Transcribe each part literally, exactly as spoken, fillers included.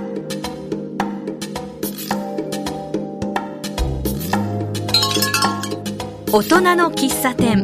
大人の喫茶店。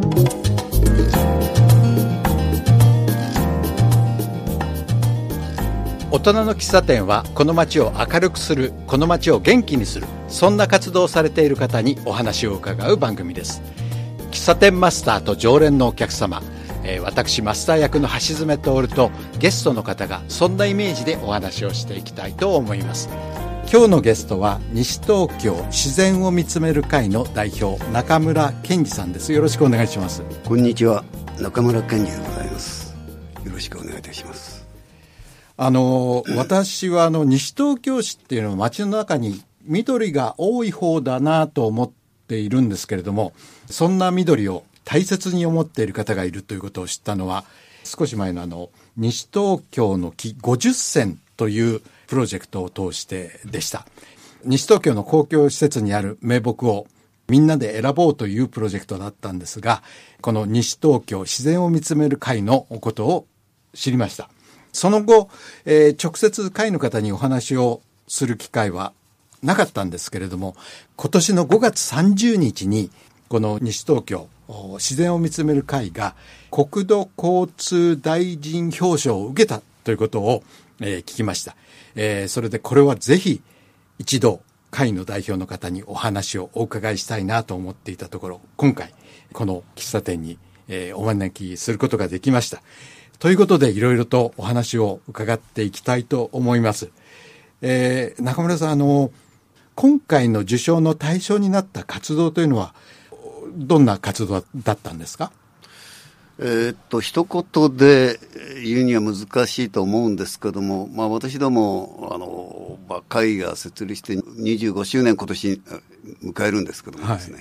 大人の喫茶店はこの街を明るくする、この街を元気にする、そんな活動をされている方にお話を伺う番組です。喫茶店マスターと常連のお客様、えー、私マスター役の橋爪徹とゲストの方がそんなイメージでお話をしていきたいと思います。今日のゲストは西東京自然を見つめる会の代表、中村健二さんです。よろしくお願いします。 こんにちは、中村健二でございます。よろしくお願いいたします。 あの私はあの西東京市っていうのは街の中に緑が多い方だなと思っているんですけれども、そんな緑を大切に思っている方がいるということを知ったのは少し前のあの西東京の木ごじゅっ選というプロジェクトを通してでした。西東京の公共施設にある名木をみんなで選ぼうというプロジェクトだったんですが、この西東京自然を見つめる会のことを知りました。その後、えー、直接会の方にお話をする機会はなかったんですけれども、今年のごがつさんじゅうにちにこの西東京自然を見つめる会が国土交通大臣表彰を受けたということを、えー、聞きました。えー、それでこれはぜひ一度会の代表の方にお話をお伺いしたいなと思っていたところ、今回この喫茶店に、えー、お招きすることができました。ということでいろいろとお話を伺っていきたいと思います。えー、中村さん、あの今回の受賞の対象になった活動というのはどんな活動だったんですか？ えー、っと一言で言うには難しいと思うんですけども、まあ、私どもあの、まあ、会が設立してにじゅうごしゅうねん今年迎えるんですけどもですね、はい、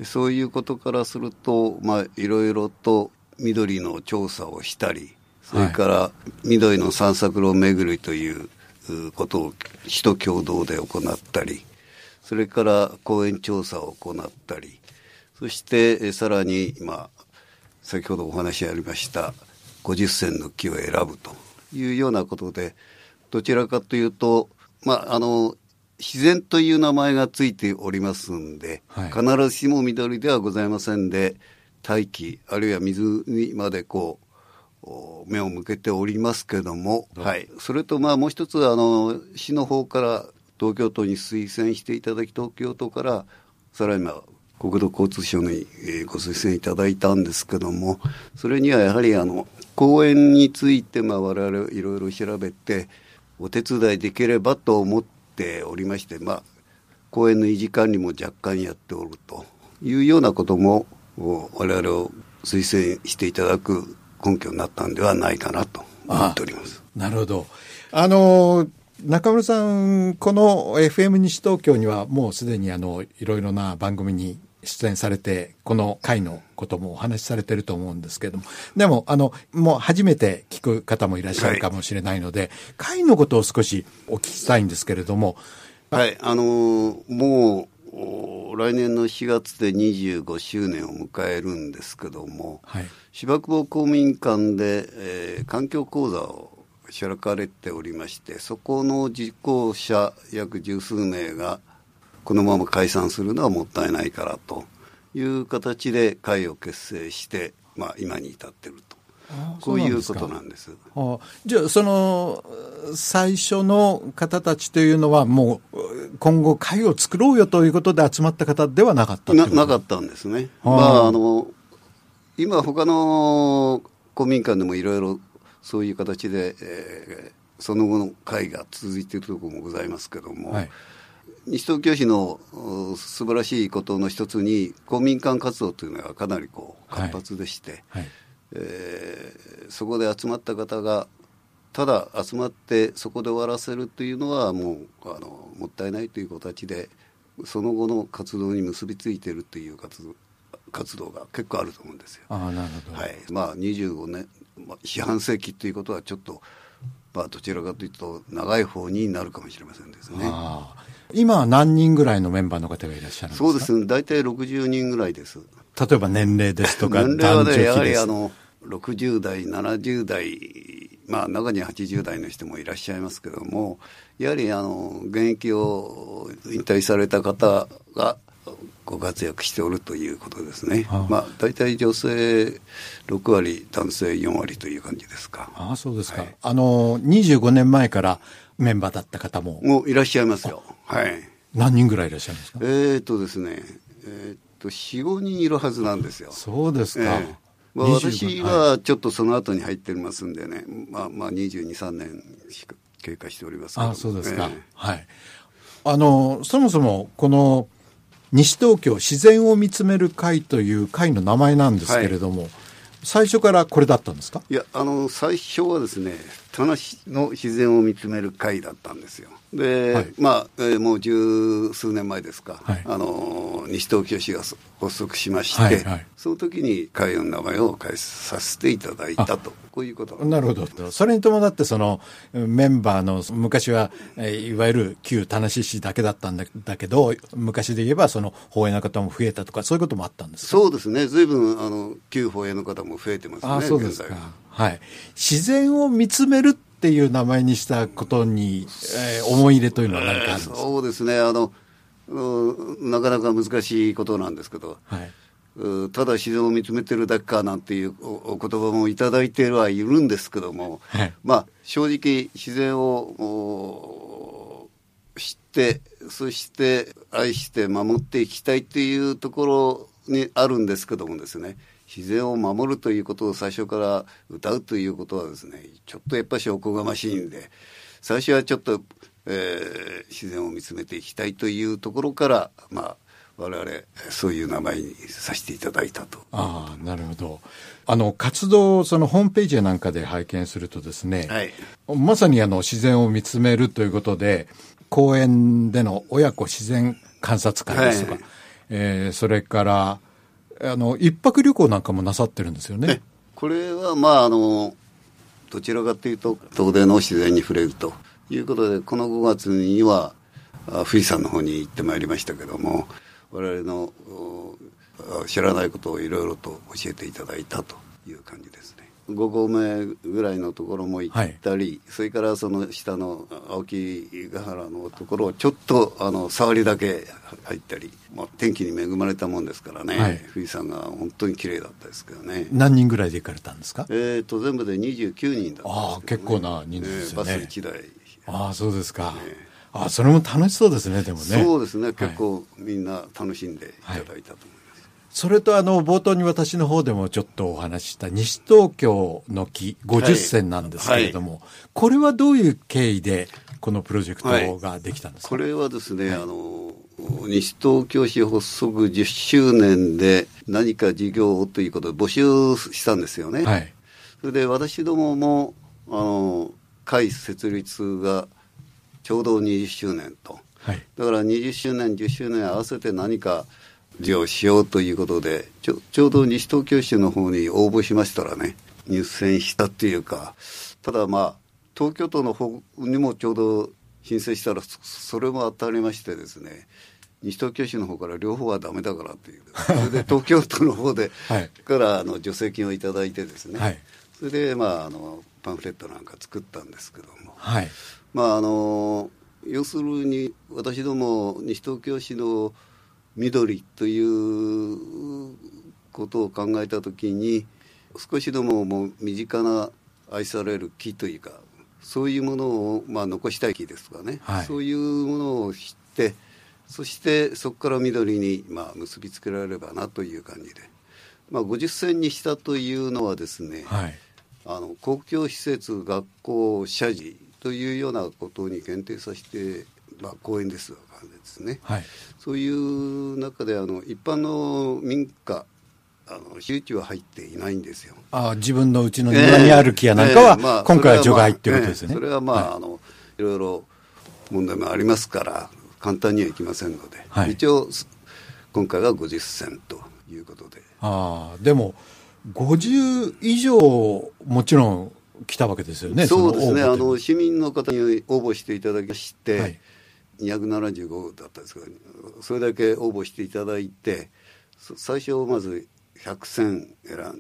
そういうことからすると、まあ、いろいろと緑の調査をしたり、それから緑の散策路巡りということを市と共同で行ったり、それから公園調査を行ったり、そしてさらに今先ほどお話ありましたごじゅっ選の木を選ぶというようなことで、どちらかというと、まあ、あの自然という名前がついておりますんで、はい、必ずしも緑ではございませんで、大気あるいは水にまでこう目を向けておりますけども、はい、それとまあもう一つあの市の方から東京都に推薦していただき、東京都からさらにまあ国土交通省にご推薦いただいたんですけども、それにはやはりあの公園についてまあ我々いろいろ調べてお手伝いできればと思っておりまして、まあ、公園の維持管理も若干やっておるというようなことも我々を推薦していただく根拠になったんではないかなと思っております。 なるほど。あの中村さん、この エフエム 西東京にはもうすでにあのいろいろな番組に出演されて、この会のこともお話しされていると思うんですけれども、でもあのもう初めて聞く方もいらっしゃるかもしれないので、はい、会のことを少しお聞きしたいんですけれども。 はい、あのー、もう来年のしがつでにじゅうごしゅうねんを迎えるんですけども、はい、芝久保公民館で、えー、環境講座を開かれておりまして、そこの実行者約十数名がこのまま解散するのはもったいないからという形で会を結成して、まあ、今に至っていると、こういうことなんです。 あ、じゃあその最初の方たちというのはもう今後会を作ろうよということで集まった方ではなかったってこと？ な, なかったんですね。まあ、あの今他の公民館でもいろいろそういう形で、えー、その後の会が続いているところもございますけども、はい、西東京市の素晴らしいことの一つに公民館活動というのがかなりこう活発でして、はいはい、えー、そこで集まった方がただ集まってそこで終わらせるというのはもうあのもったいないという形で、その後の活動に結びついているという活動、活動が結構あると思うんですよ。 あ、なるほど。 はい、まあ、にじゅうごねん、まあ、四半世紀ということはちょっと、まあ、どちらかというと長い方になるかもしれませんですね。 あ、今は何人ぐらいのメンバーの方がいらっしゃるんですか？ そうですね、大体ろくじゅうにんぐらいです。 例えば年齢ですとか年齢はね、やはりあのろくじゅう代ななじゅう代、まあ中にははちじゅう代の人もいらっしゃいますけども、やはりあの現役を引退された方がご活躍しておるということですね。ああ、まあ大体女性ろく割、男性よん割という感じですか。 ああ、そうですか。はい、あのにじゅうごねんまえからメンバーだった方ももういらっしゃいますよ。はい。 何人ぐらいいらっしゃるんですか？ えーとですね、えー、っとよん、ごにんいるはずなんですよ。 そうですか。えーまあ、私はちょっとその後に入ってますんでね、まあ、まあにじゅうに、さんねんしか経過しておりますけど。 あ、そうですか。えー、はい。あのそもそもこの西東京自然を見つめる会という会の名前なんですけれども、はい、最初からこれだったんですか？ いや、あの最初はですね、田無の自然を見つめる会だったんですよ。で、はい、まあ、えー、もう十数年前ですか、はい、あの西東京市が発足しまして、はいはい、その時に会の名前を変えさせていただいたと、こういうことなんです。 なるほど。それに伴ってそのメンバーの昔は、えー、いわゆる旧田無市だけだったん だ, だけど、昔で言えばその放映の方も増えたとか、そういうこともあったんですか？ そうですね、随分あの旧放映の方も増えてますね。 あ、そうですか。はい。自然を見つめるっていう名前にしたことに、えー、思い入れというのは何かあるんですか？ そうですね、あのなかなか難しいことなんですけど、はい、ただ自然を見つめてるだけかなんていうお言葉もいただいてはいるんですけども、はい、まあ正直自然を知って、そして愛して守っていきたいというところにあるんですけどもですね、自然を守るということを最初から歌うということはですね、ちょっとやっぱりおこがましいんで、最初はちょっと、えー、自然を見つめていきたいというところから、まあ我々そういう名前にさせていただいたと。 ああ、なるほど。あの活動、そのホームページなんかで拝見するとですね、はい、まさにあの自然を見つめるということで、公園での親子自然観察会ですとか、はい、えー、それからあの一泊旅行なんかもなさってるんですよね。 これはまああのどちらかというと東電の自然に触れるということで、このごがつには富士山の方に行ってまいりましたけども、我々の知らないことをいろいろと教えていただいたという感じですね。ご合目ぐらいのところも行ったり、はい、それからその下の青木ヶ原のところをちょっとあの触りだけ入ったり、まあ、天気に恵まれたもんですからね、はい、富士山が本当に綺麗だったですけどね。 何人ぐらいで行かれたんですか？ えーと全部でにじゅうきゅうにんだったんですけど、ね、 ああ、結構な人数ですよね、 えー、バスいちだい。 ああ、そうですか、ね、あ、それも楽しそうですね。でもね、 そうですね、結構みんな楽しんでいただいたと思います、はい。 それとあの冒頭に私の方でもちょっとお話しした西東京の木ごじゅっせんなんですけれども、はいはい、これはどういう経緯でこのプロジェクトができたんですか？ はい、これはですね、はい、あの西東京市発足じゅっしゅうねんで何か事業をということで募集したんですよね、はい、それで私どももあの会設立がちょうどにじゅっしゅうねんと、はい、だからにじゅっしゅうねんじゅっしゅうねん合わせて何か事業をしようということでち ょ, ちょうど西東京市の方に応募しましたらね、入選したっていうか、ただまあ東京都の方にもちょうど申請したらそれも当たりましてですね、西東京市の方から両方はダメだからっていう、それで東京都の方ではい、からあの助成金をいただいてですね、はい、それでまああのパンフレットなんか作ったんですけども、はい、まああの要するに私ども西東京市の緑ということを考えたときに、少しでももう身近な愛される木というか、そういうものを、まあ、残したい木ですとかね、はい、そういうものを知って、そしてそこから緑に、まあ、結びつけられればなという感じで、まあ、ごじゅっせんにしたというのはですね、はい、あの公共施設、学校、社寺というようなことに限定させて、まあ、公園ですとかですね、はい、そういう中であの一般の民家、あの私有地は入っていないんですよ。 あ、自分のうちの庭にある木やなんかは、えーえーまあ、今回は除外っていうことですね。 それはまあ、えー、あのいろいろ問題もありますから簡単にはいきませんので、はい、一応今回はごじゅっせんということで。 あ、でもごじゅう以上もちろん来たわけですよね。 そうですね、あの市民の方に応募していただきまして、はい、にひゃくななじゅうごだったんですけど、それだけ応募していただいて、最初まずひゃくせん選んで、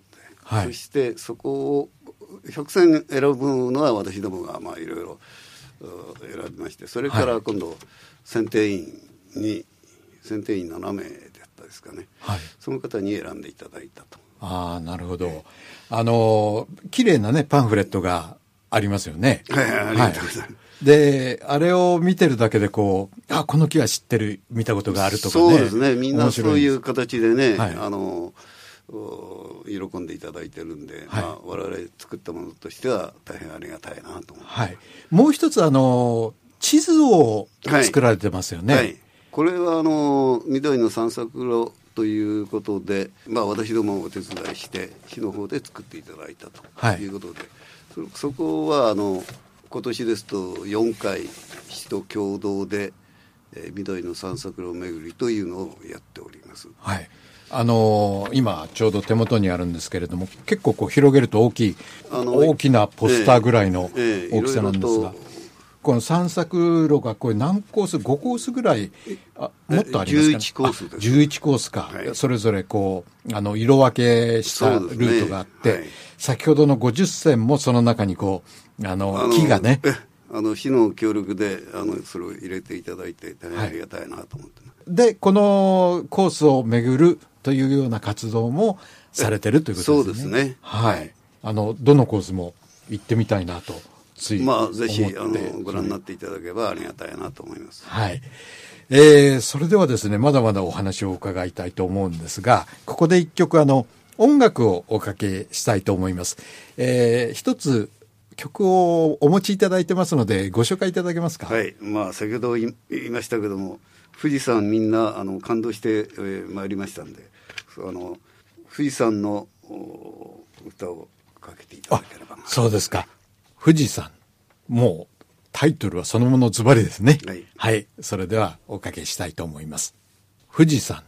はい、 そしてそこを百選選ぶのは私どもがまあいろいろ選びまして、それから今度選定委員に選定委員ななめいだったですかね、はい、その方に選んでいただいたと。 ああ、なるほど。あの綺麗なねパンフレットがありますよね。 はい、ありがとうございます。はい、 で、あれを見てるだけでこう、あ、この木は知ってる、見たことがあるとかね。 そうですね。みんなそういう形でね、 はい、 あの喜んでいただいてるんで、はい、まあ、我々作ったものとしては大変ありがたいなと思って。 はい。もう一つあの地図を作られてますよね。 はいはい、これはあの緑の散策路ということで、まあ、私どもお手伝いして市の方で作っていただいたということで、はい、そ, そこはあの今年ですとよんかい市と共同で、えー、緑の散策路巡りというのをやっております。 はい。あのー、今ちょうど手元にあるんですけれども、結構こう広げると大きいあの大きなポスターぐらいの大きさなんですが、えーえーこの散策路がこれ何コース、ごコースぐらい、あもっとありますかね。 じゅういちコースです。 じゅういちコースか、はい、それぞれこうあの色分けしたルートがあって、ねはい、先ほどのごじゅっせんもその中にこうあの木がね、 あの市の協力であのそれを入れていただいて大変ありがたいなと思ってます。 はい、でこのコースを巡るというような活動もされてるということですね。 そうですね。 はい。はい、あのどのコースも行ってみたいなと。 まあ、ぜひあのご覧になっていただければありがたいなと思います。 はい。えー、それではですね、まだまだお話を伺いたいと思うんですが、ここで一曲あの音楽をおかけしたいと思います。えー、一つ曲をお持ちいただいてますのでご紹介いただけますか。 はい。まあ先ほど言いましたけども、富士山みんなあの感動してまいりましたんで、あの富士山の歌をかけていただければな。 そうですか。富士山、もうタイトルはそのものズバリですね。はい、はい、それではおかけしたいと思います。富士山。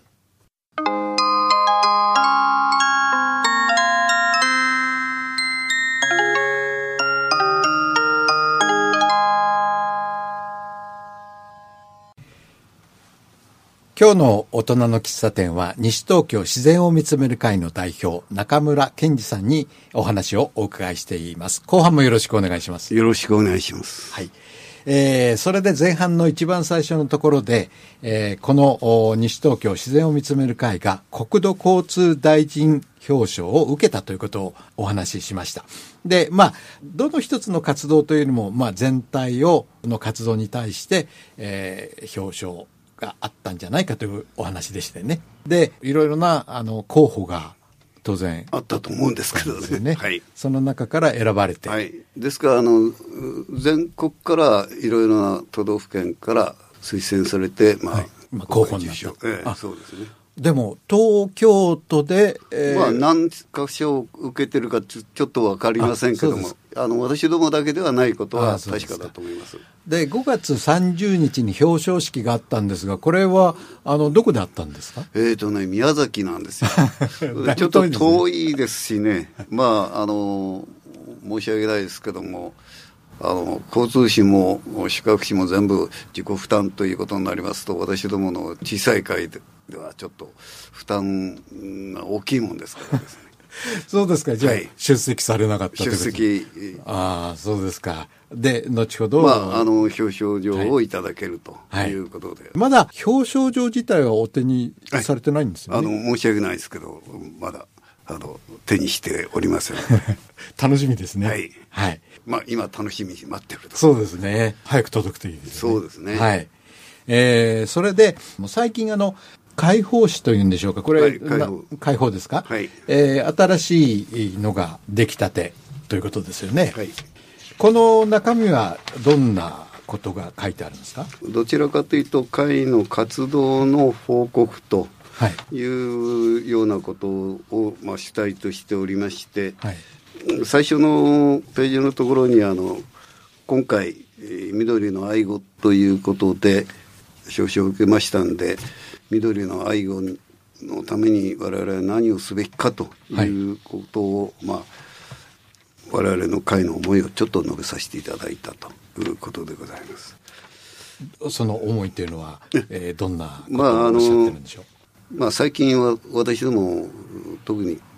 今日の大人の喫茶店は西東京自然を見つめる会の代表中村健二さんにお話をお伺いしています。後半もよろしくお願いします。 よろしくお願いします。 はい。えー、それで前半の一番最初のところで、えー、この西東京自然を見つめる会が国土交通大臣表彰を受けたということをお話ししました。で、まあどの一つの活動というよりも、まあ全体をの活動に対して、えー、表彰があったんじゃないかというお話でしてね。で、いろいろなあの候補が当然あったと思うんですけどね。 ね、はい、その中から選ばれて、 はい、ですからあの全国からいろいろな都道府県から推薦されて、まあ、はい、 まあ、候補になった。 ええ、あ、そうですね。 でも東京都で、 えー、まあ何か所を受けてるかちょ、ちょっと分かりませんけども、ああの私どもだけではないことは確かだと思います。 でごがつさんじゅうにちに表彰式があったんですが、これはあのどこであったんですか。 えーとね宮崎なんですよ。ちょっと遠いですしね。まああの申し訳ないですけども、あの交通費も宿泊費も全部自己負担ということになりますと、私どもの小さい会でではちょっと負担が大きいもんですからですね。 そうですか。じゃあ、はい、出席されなかったということ。 出席。 ああ、そうですか。で後ほど、 まあ、あの表彰状をいただけるということで、はいはい、 まだ表彰状自体はお手にされてないんですよね。 はい、あの申し訳ないですけどまだあの手にしておりません。 楽しみですね。 はい、はい、まあ、今楽しみに待ってると。 そうですね。早く届くといいですね。 そうですね。 はい。えー、それでもう最近あの開放誌というんでしょうか、これ、はい、開放開放ですか、はい、えー、新しいのができたてということですよね。はい、この中身はどんなことが書いてあるんですか。 どちらかというと会の活動の報告というようなことを、まあ、主体としておりまして、はい、最初のページのところにあの今回緑の愛護ということで表彰を受けましたんで、緑の愛護のために我々は何をすべきかということを、はい、まあ、我々の会の思いをちょっと述べさせていただいたということでございます。 その思いというのは、えー、どんなことをおっしゃってるんでしょう。 まあ、あのまあ、最近は私ども特に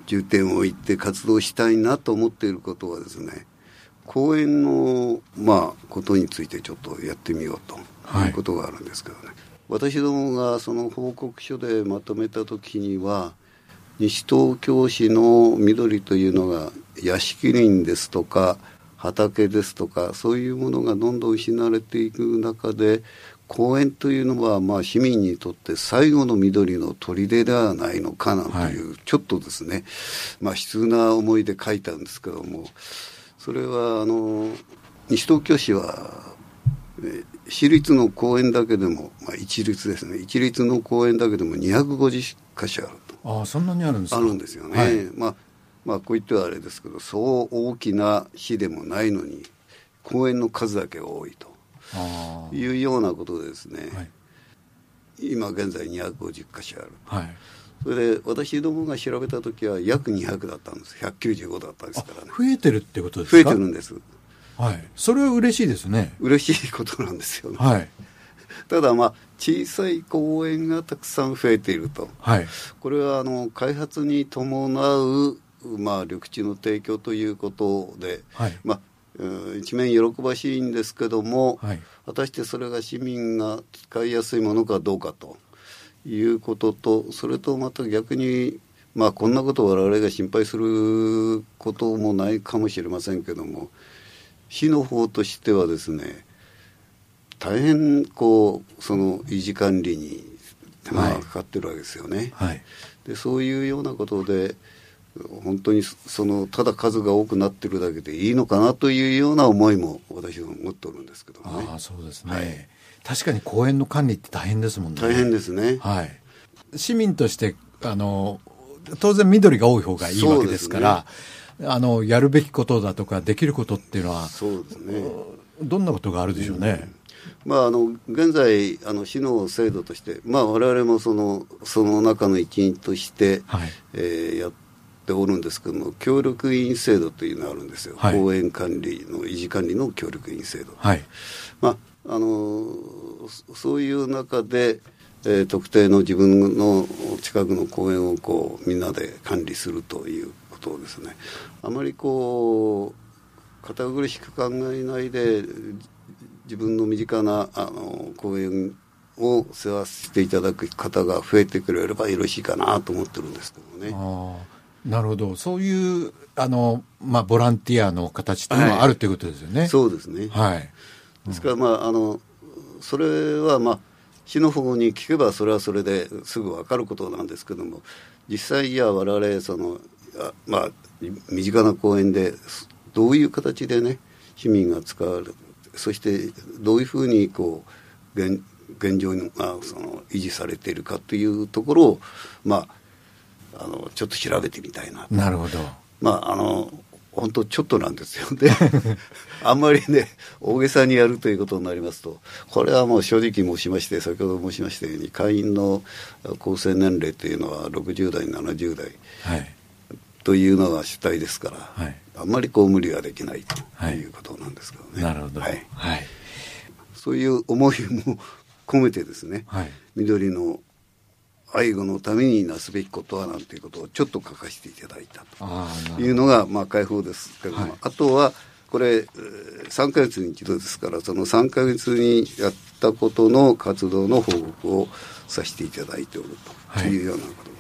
重点を置いて活動したいなと思っていることはですね、公園の、まあ、ことについてちょっとやってみようということがあるんですけどね、はい、私どもがその報告書でまとめたときには、西東京市の緑というのが屋敷林ですとか畑ですとか、そういうものがどんどん失われていく中で、公園というのはまあ市民にとって最後の緑の砦ではないのかなという、はい、ちょっとですね、まあ、悲痛な思いで書いたんですけども、それはあの西東京市は市立の公園だけでも、まあ、一律ですね、一律の公園だけでもにひゃくごじゅっかしょあると。 ああ、そんなにあるんですか。 あるんですよね、はい、まあまあ、こう言ってはあれですけど、そう大きな市でもないのに公園の数だけ多いというようなことでですね、はい、今現在にひゃくごじゅっかしょある、はい、それで私どもが調べたときは約にひゃくだったんです。ひゃくきゅうじゅうごだったんですからね。 増えてるってことですか。 増えてるんです、 はい、それは嬉しいですね。 嬉しいことなんですよね、 はい、 ただまあ小さい公園がたくさん増えていると、はい、これはあの開発に伴う、まあ、緑地の提供ということで、はい、まあ一面喜ばしいんですけども、はい、果たしてそれが市民が使いやすいものかどうかということと、それとまた逆に、まあ、こんなことを我々が心配することもないかもしれませんけども、市の方としてはですね、大変こうその維持管理に手間がかかってるわけですよね、はい、でそういうようなことで本当にそのただ数が多くなってるだけでいいのかなというような思いも私は持っておるんですけどね。 ああ、そうですね、はい、確かに公園の管理って大変ですもんね。 大変ですね、はい、 市民としてあの当然緑が多い方がいいわけですから、ね、あのやるべきことだとかできることっていうのは、そうですね、どんなことがあるでしょうね。 うん、まあ、あの現在あの市の制度として、まあ、我々もその、その中の一員として、はい、えー、やっておるんですけども、協力委員制度というのがあるんですよ、はい、公園管理の維持管理の協力委員制度、はい、まあ、あのそういう中で、えー、特定の自分の近くの公園をこうみんなで管理するということをですね、あまりこう堅苦しく考えないで自分の身近なあの公園を世話していただく方が増えてくれればよろしいかなと思ってるんですけどもね。 あ、なるほど、そういうあの、まあ、ボランティアの形というのはあるということですよね。 はい、そうですね、はい、ですから、まあ、あのそれは、まあ、市の方に聞けばそれはそれですぐ分かることなんですけども、実際いや我々そのあ、まあ、身近な公園でどういう形でね市民が使われる、そしてどういうふうにこう 現, 現状に、まあ、その維持されているかというところを、まあ、あのちょっと調べてみたいなと。 なるほど、 まあ、あの本当ちょっとなんですよねあんまりね大げさにやるということになりますと、これはもう正直申しまして、先ほど申しましたように会員の構成年齢というのはろくじゅうだいななじゅうだい、はい、というのが主体ですから、はい、あんまりこう無理はできないということなんですけどね、 はい、なるほど、はいはい、 そういう思いも込めてですね、はい、緑の愛護のためになすべきことはなんていうことをちょっと書かせていただいたというのがまあ開放ですけれども、はい、あとはこれさんかげつに一度ですから、そのさんかげつにやったことの活動の報告をさせていただいておるというようなことです、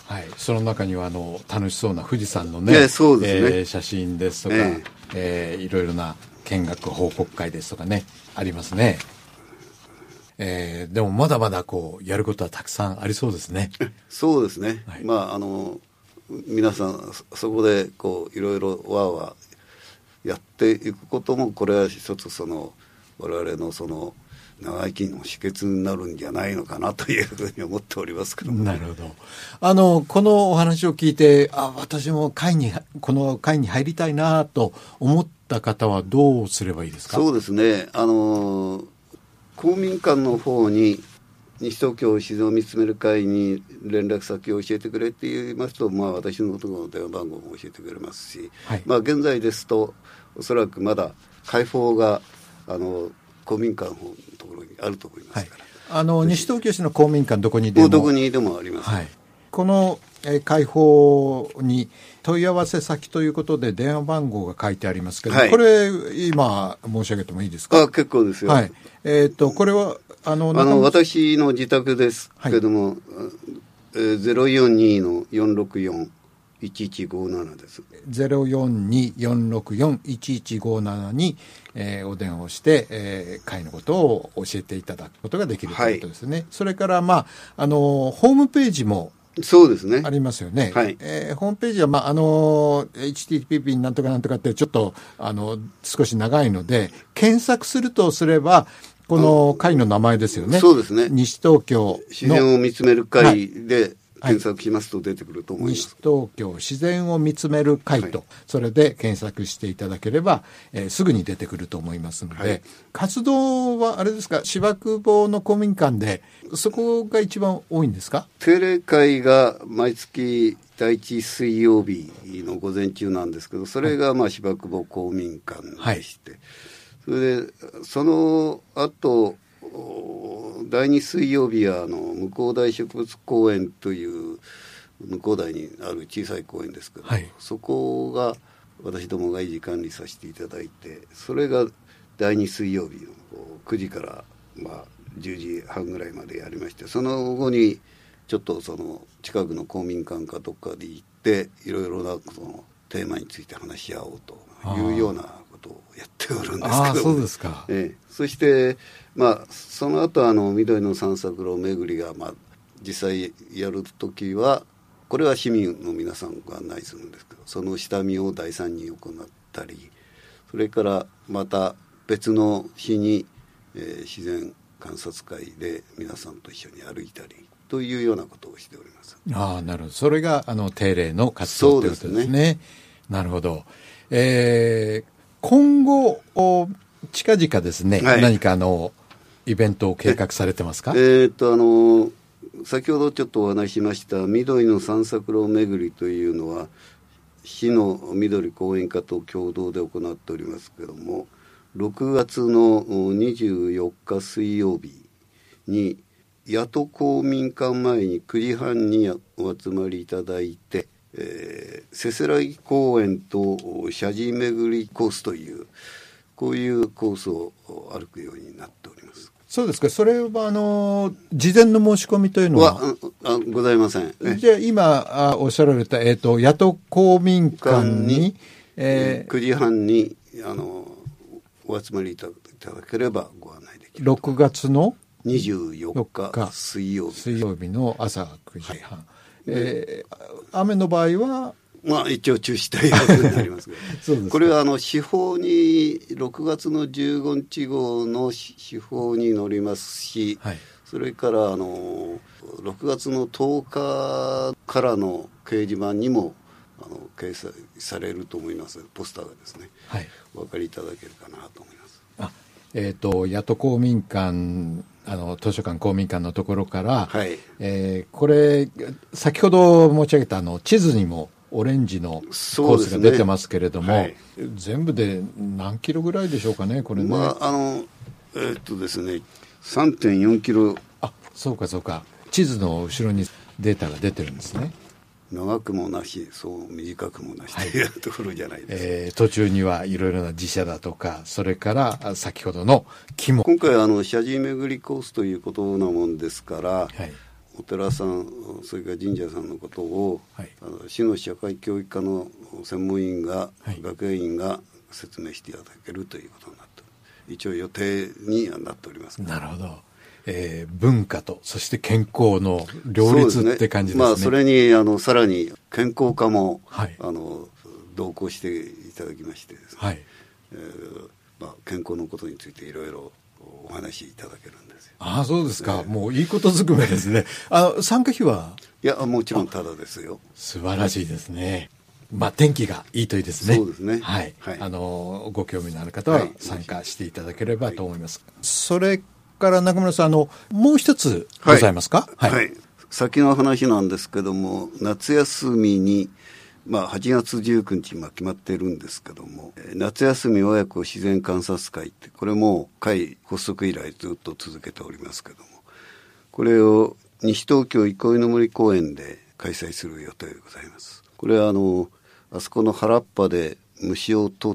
はいはい、その中にはあの楽しそうな富士山のね、えーそうですね、えー、写真ですとか、えーえー、いろいろな見学報告会ですとかねありますね。えー、でもまだまだこうやることはたくさんありそうですね。 そうですね、はい、まああの皆さんそこでこういろいろわーわーやっていくことも、これは一つその我々のその長生きの秘訣になるんじゃないのかなというふうに思っておりますけども、ね、 なるほど。あのこのお話を聞いて、あ、私も会にこの会に入りたいなと思った方はどうすればいいですか？ そうですね、あの公民館の方に西東京自然を見つめる会に連絡先を教えてくれって言いますと、まあ、私のところの電話番号も教えてくれますし、はい、まあ、現在ですとおそらくまだ開放があの公民館のところにあると思いますから、 はい、あの西東京市の公民館どこにでもどこにでもあります、 はい、 この、えー、会報に問い合わせ先ということで電話番号が書いてありますけど、はい、これ今申し上げてもいいですか？ あ、結構ですよ。 はい。えっと、これは、あの、 あの私の自宅ですけども、はい、えー、ゼロよんにのよんろくよんいちいちごななです。 ゼロよんに よんろくよん いちいちごななに、えー、お電話をして、えー、会のことを教えていただくことができるということですね。はい、それから、まあ、あの、ホームページもそうですね。 ありますよね。 はい。 えー、ホームページは、まあ、あの、エイチティーティーピー なんとかなんとかってちょっと、あの、少し長いので、検索するとすれば、この会の名前ですよね。 そうですね。 西東京の自然を見つめる会で、はい、検索しますと出てくると思います。 西東京自然を見つめる会と、はい、それで検索していただければ、えー、すぐに出てくると思いますので、はい、活動はあれですか、芝久保の公民館でそこが一番多いんですか？ 定例会が毎月第一水曜日の午前中なんですけど、それがまあ芝久保公民館でして、はい、それでその後だいに水曜日はあの向こう大植物公園という向こう大にある小さい公園ですけど、はい、そこが私どもが維持管理させていただいて、それがだいに水曜日のくじからまあじゅうじはんぐらいまでやりまして、その後にちょっとその近くの公民館かどっかで行っていろいろなそのテーマについて話し合おうというようなことをやっておるんですけど、 ああ、そうですか。 ええ、そしてまあその後あの緑の散策路巡りがまあ実際やるときはこれは市民の皆さんが案内するんですけど、その下見を第三に行ったり、それからまた別の日に、えー、自然観察会で皆さんと一緒に歩いたりというようなことをしております。 ああ、なるほど。それがあの定例の活動ということですね。そうですね。なるほど。えー、今後近々ですね、はい、何かあのイベントを計画されてますか？ えー、っとあの先ほどちょっとお話ししました緑の散策路巡りというのは市の緑公園課と共同で行っておりますけれども、ろくがつのにじゅうよっか水曜日に谷戸公民館前にくじはんにお集まりいただいて、えー、せせらぎ公園と社寺巡りコースというこういうコースを歩くようになっております。 そうですか。それはあの事前の申し込みというのははあございません。 じゃあ今あおっしゃられた、えーと、谷戸公民館に、 えー、くじはんにあのお集まりいただければご案内できる。 ろくがつのにじゅうよっか水曜日水曜日の朝くじはん、はい、えー、雨の場合はまあ一応中止ということになりますけどそうです。これはあの司法にろくがつのじゅうごにち号の司法に載りますし、はい、それからあのろくがつのとおかからの掲示板にもあの掲載されると思います。ポスターがですね、はい、お分かりいただけるかなと思います。 あ、えーと、谷戸公民館あの図書館公民館のところから、はい、えー、これ先ほど申し上げたあの地図にもオレンジのコースが出てますけれども、ね、はい、全部で何キロぐらいでしょうかね、これね。 まあ、あのえー、っとですね さんてんよんキロ。 あ、そうかそうか。地図の後ろにデータが出てるんですね。 長くもなし、そう短くもなしという、はい、ところじゃないですか、 えー、途中にはいろいろな寺社だとか、それから先ほどの木も。 今回あの社寺巡りコースということなもんですから、はい、お寺さんそれから神社さんのことを、はい、あの市の社会教育課の専門員が、はい、学芸員が説明していただけるということになって一応予定にはなっております。 なるほど。えー、文化とそして健康の両立って感じですね。 まあ、それにあのさらに健康課も、はい、あの同行していただきましてですね、はい、えーまあ、健康のことについていろいろお話しいただけるんですよ。 ああ、そうですか、えー、もういいことずくめですね。あの参加費は？ いや、もちろんただですよ。 素晴らしいですね。まあ、天気がいいといいですね。 そうですね、 はいはい、あのご興味のある方は参加していただければと思います、はい、それから中村さん、あのもう一つございますか？ はい、はいはい、先の話なんですけども、夏休みに、まあ、はちがつじゅうくにち今決まっているんですけども、夏休み親子自然観察会って、これも会発足以来ずっと続けておりますけども、これを西東京憩いの森公園で開催する予定でございます。これはあのあそこの原っぱで虫を取って、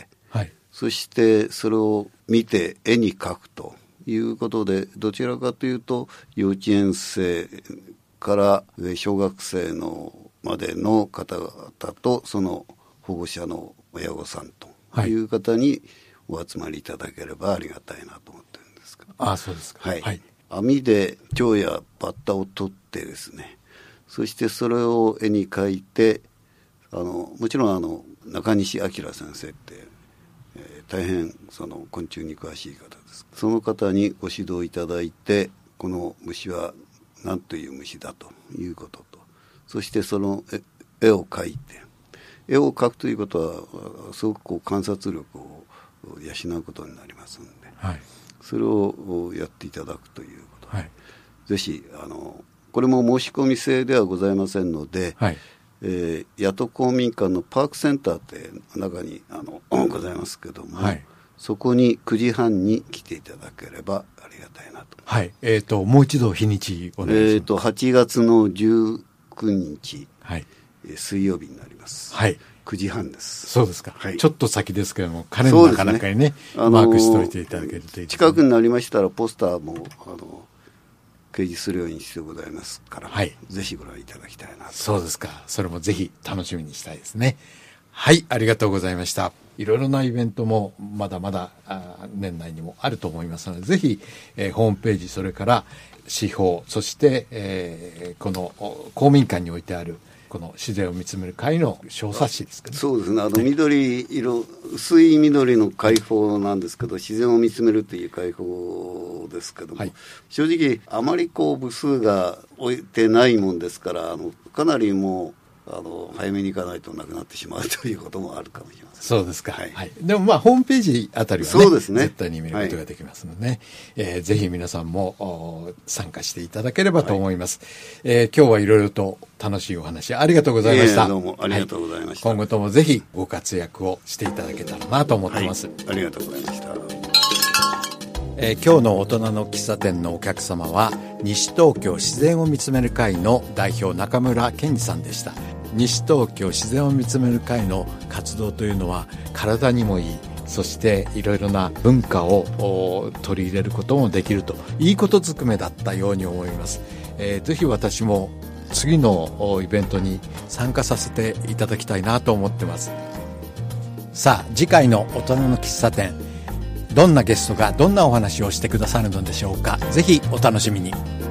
はい、そしてそれを見て絵に描くということで、どちらかというと幼稚園生から小学生のまでの方々とその保護者の親御さんという方にお集まりいただければありがたいなと思ってるんですけど。 ああ、そうですか。 はい。はい、網で蝶やバッタを取ってですね、そしてそれを絵に描いて、あのもちろんあの中西明先生って、えー、大変その昆虫に詳しい方です。その方にご指導いただいて、この虫は何という虫だということと、そしてその絵を描いて、絵を描くということはすごくこう観察力を養うことになりますので、はい、それをやっていただくということで、はい、ぜひあのこれも申し込み制ではございませんので、はい、えー、谷戸公民館のパークセンターって中にあのございますけども、はい、そこにくじはんに来ていただければありがたいなと。 はい、えーと、もう一度日にちお願いします。 えーと、はちがつのじゅうくにち、はい、水曜日になります。はい。くじはんです。 そうですか。はい、ちょっと先ですけども、カレンダーかなんかにね、マークしておいていただけるといいですね。 近くになりましたらポスターもあの掲示するようにしてございますから、はい、ぜひご覧いただきたいなと。 そうですか。それもぜひ楽しみにしたいですね。はい、ありがとうございました。いろいろなイベントもまだまだ年内にもあると思いますので、ぜひ、えー、ホームページ、それから司法、そして、えー、この公民館に置いてあるこの自然を見つめる会の小冊子ですかね。 そうですね。あの緑色、薄い緑の会報なんですけど、自然を見つめるという会報ですけども、はい、正直あまりこう部数が置いてないもんですから、あのかなりもうあの早めに行かないとなくなってしまうということもあるかもしれません。 そうですか。はい。はい、でもまあホームページあたりはね、そうですね、絶対に見ることができますのでね、はい、えー、ぜひ皆さんも参加していただければと思います。はい、えー、今日はいろいろと楽しいお話ありがとうございました。 えー、どうもありがとうございました。 はい、今後ともぜひご活躍をしていただけたらなと思ってます。はい、 ありがとうございました。 えー、今日の大人の喫茶店のお客様は西東京自然を見つめる会の代表中村健二さんでした。西東京自然を見つめる会の活動というのは体にもいい、そしていろいろな文化を取り入れることもできると、いいことずくめだったように思います。えー、ぜひ私も次のイベントに参加させていただきたいなと思ってます。さあ次回の大人の喫茶店、どんなゲストがどんなお話をしてくださるのでしょうか。ぜひお楽しみに。